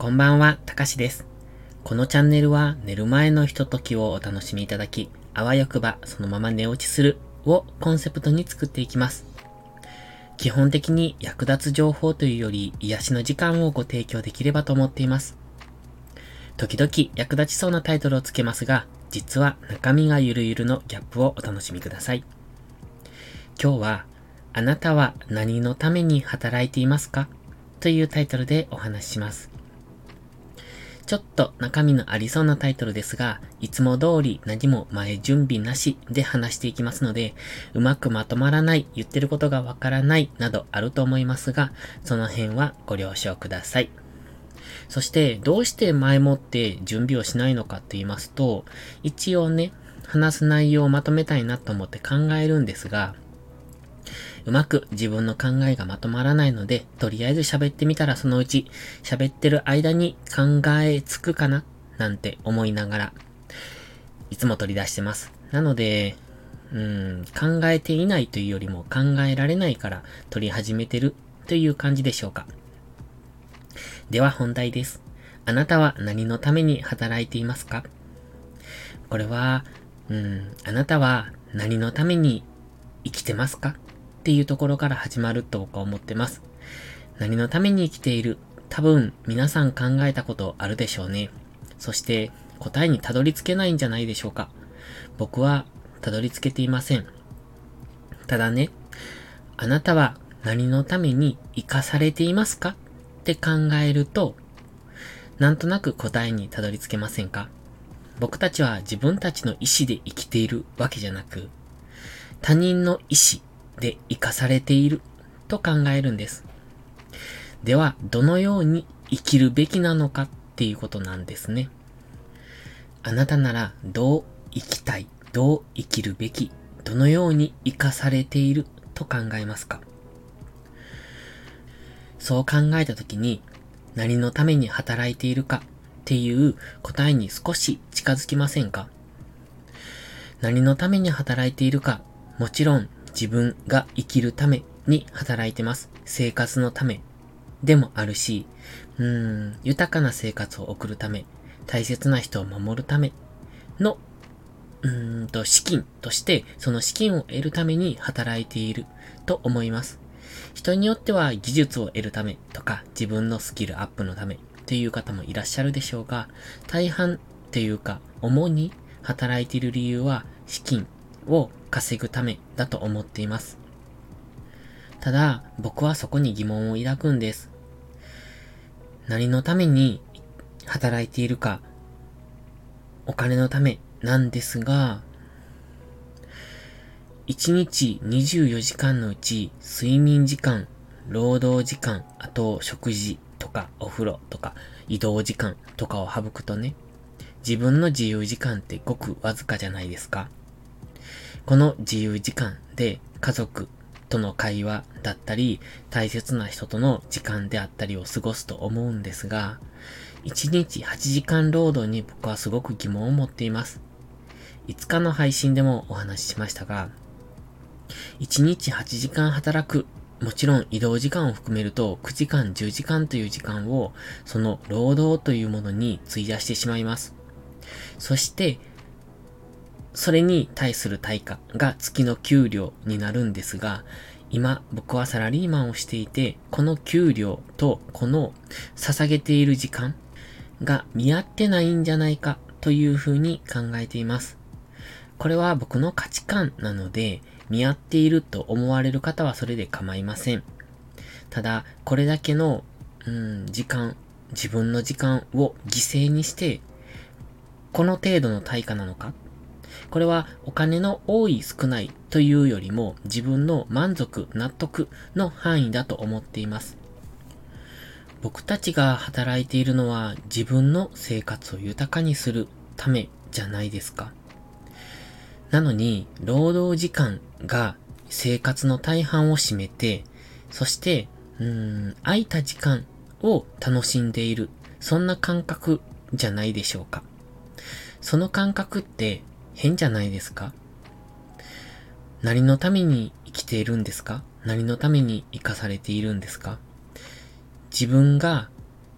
こんばんは、たかしです。このチャンネルは寝る前のひとときをお楽しみいただき、あわよくばそのまま寝落ちするをコンセプトに作っていきます。基本的に役立つ情報というより癒しの時間をご提供できればと思っています。時々役立ちそうなタイトルをつけますが、実は中身がゆるゆるのギャップをお楽しみください。今日は、あなたは何のために働いていますかというタイトルでお話しします。ちょっと中身のありそうなタイトルですが、いつも通り何も前準備なしで話していきますので、うまくまとまらない、言ってることがわからないなどあると思いますが、その辺はご了承ください。そして、どうして前もって準備をしないのかって言いますと、一応ね、話す内容をまとめたいなと思って考えるんですが、うまく自分の考えがまとまらないので、とりあえず喋ってみたらそのうち、喋ってる間に考えつくかななんて思いながら、いつも取り出してます。なので、考えていないというよりも考えられないから取り始めてるという感じでしょうか。では本題です。あなたは何のために働いていますか？これは、あなたは何のために生きてますかっていうところから始まると僕は思ってます。何のために生きている？多分皆さん考えたことあるでしょうね。そして答えにたどり着けないんじゃないでしょうか。僕はたどり着けていません。ただね、あなたは何のために生かされていますかって考えると、なんとなく答えにたどり着けませんか？僕たちは自分たちの意志で生きているわけじゃなく、他人の意志で生かされていると考えるんです。では、どのように生きるべきなのかっていうことなんですね。あなたならどう生きたい、どう生きるべき、どのように生かされていると考えますか？そう考えたときに、何のために働いているかっていう答えに少し近づきませんか？何のために働いているか、もちろん自分が生きるために働いてます。生活のためでもあるし、豊かな生活を送るため、大切な人を守るための、資金として、その資金を得るために働いていると思います。人によっては技術を得るためとか、自分のスキルアップのためという方もいらっしゃるでしょうが、大半っていうか、主に働いている理由は資金を稼ぐためだと思っています。ただ、僕はそこに疑問を抱くんです。何のために働いているか、お金のためなんですが、1日24時間のうち、睡眠時間、労働時間、あと食事とかお風呂とか移動時間とかを省くとね、自分の自由時間ってごくわずかじゃないですか。この自由時間で家族との会話だったり、大切な人との時間であったりを過ごすと思うんですが、1日8時間労働に僕はすごく疑問を持っています。いつかの配信でもお話ししましたが、1日8時間働く、もちろん移動時間を含めると9時間、10時間という時間をその労働というものに費やしてしまいます。そして、それに対する対価が月の給料になるんですが、今僕はサラリーマンをしていて、この給料とこの捧げている時間が見合ってないんじゃないかというふうに考えています。これは僕の価値観なので、見合っていると思われる方はそれで構いません。ただ、これだけの、時間、自分の時間を犠牲にして、この程度の対価なのか？これはお金の多い少ないというよりも自分の満足納得の範囲だと思っています。僕たちが働いているのは自分の生活を豊かにするためじゃないですか。なのに労働時間が生活の大半を占めて、そして空いた時間を楽しんでいる、そんな感覚じゃないでしょうか。その感覚って変じゃないですか？何のために生きているんですか？何のために生かされているんですか？自分が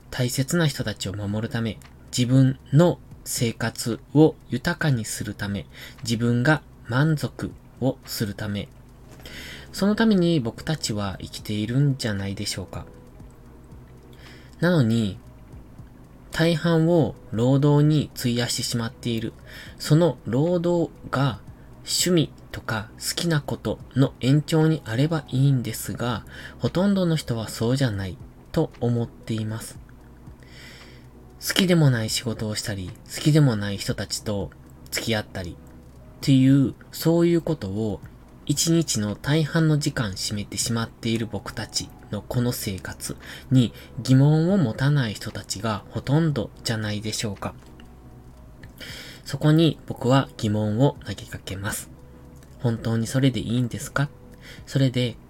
大切な人たちを守るため、自分の生活を豊かにするため、自分が満足をするため、そのために僕たちは生きているんじゃないでしょうか。なのに、大半を労働に費やしてしまっている。その労働が趣味とか好きなことの延長にあればいいんですが、ほとんどの人はそうじゃないと思っています。好きでもない仕事をしたり、好きでもない人たちと付き合ったりっていう、そういうことを一日の大半の時間占めてしまっている僕たちのこの生活に疑問を持たない人たちがほとんどじゃないでしょうか。そこに僕は疑問を投げかけます。本当にそれでいいんですか？それで、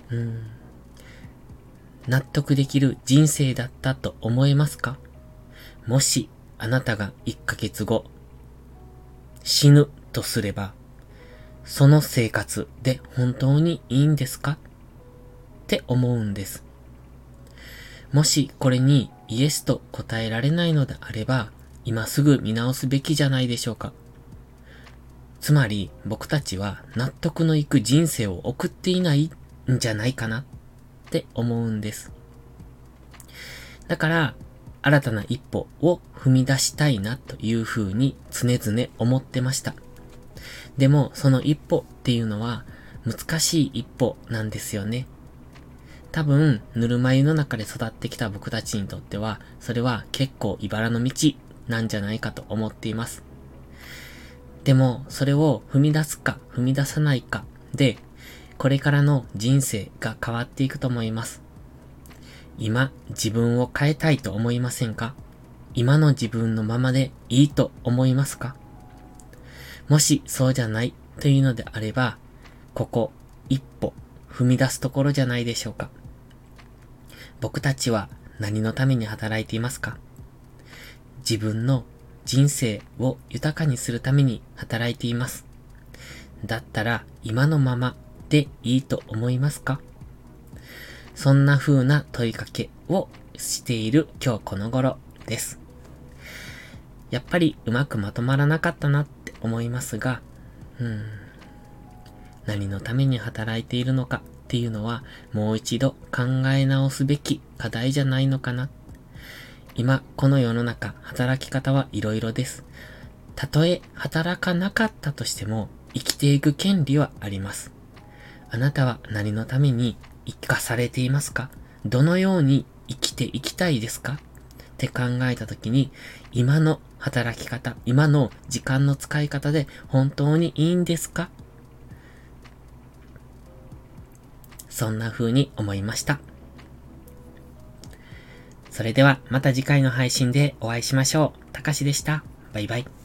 納得できる人生だったと思えますか？もしあなたが1ヶ月後死ぬとすれば、その生活で本当にいいんですかって思うんです。もしこれにイエスと答えられないのであれば、今すぐ見直すべきじゃないでしょうか。つまり僕たちは納得のいく人生を送っていないんじゃないかなって思うんです。だから新たな一歩を踏み出したいなというふうに常々思ってました。でもその一歩っていうのは難しい一歩なんですよね。多分ぬるま湯の中で育ってきた僕たちにとってはそれは結構茨の道なんじゃないかと思っています。でもそれを踏み出すか踏み出さないかでこれからの人生が変わっていくと思います。今自分を変えたいと思いませんか？今の自分のままでいいと思いますか？もしそうじゃないというのであれば、ここ一歩踏み出すところじゃないでしょうか。僕たちは何のために働いていますか？自分の人生を豊かにするために働いています。だったら今のままでいいと思いますか？そんな風な問いかけをしている今日この頃です。やっぱりうまくまとまらなかったなって思いますが、何のために働いているのかっていうのはもう一度考え直すべき課題じゃないのかな。今この世の中働き方はいろいろです。たとえ働かなかったとしても生きていく権利はあります。あなたは何のために生かされていますか？どのように生きていきたいですか？って考えたときに、今の働き方、今の時間の使い方で本当にいいんですか？そんな風に思いました。それではまた次回の配信でお会いしましょう。たかしでした。バイバイ。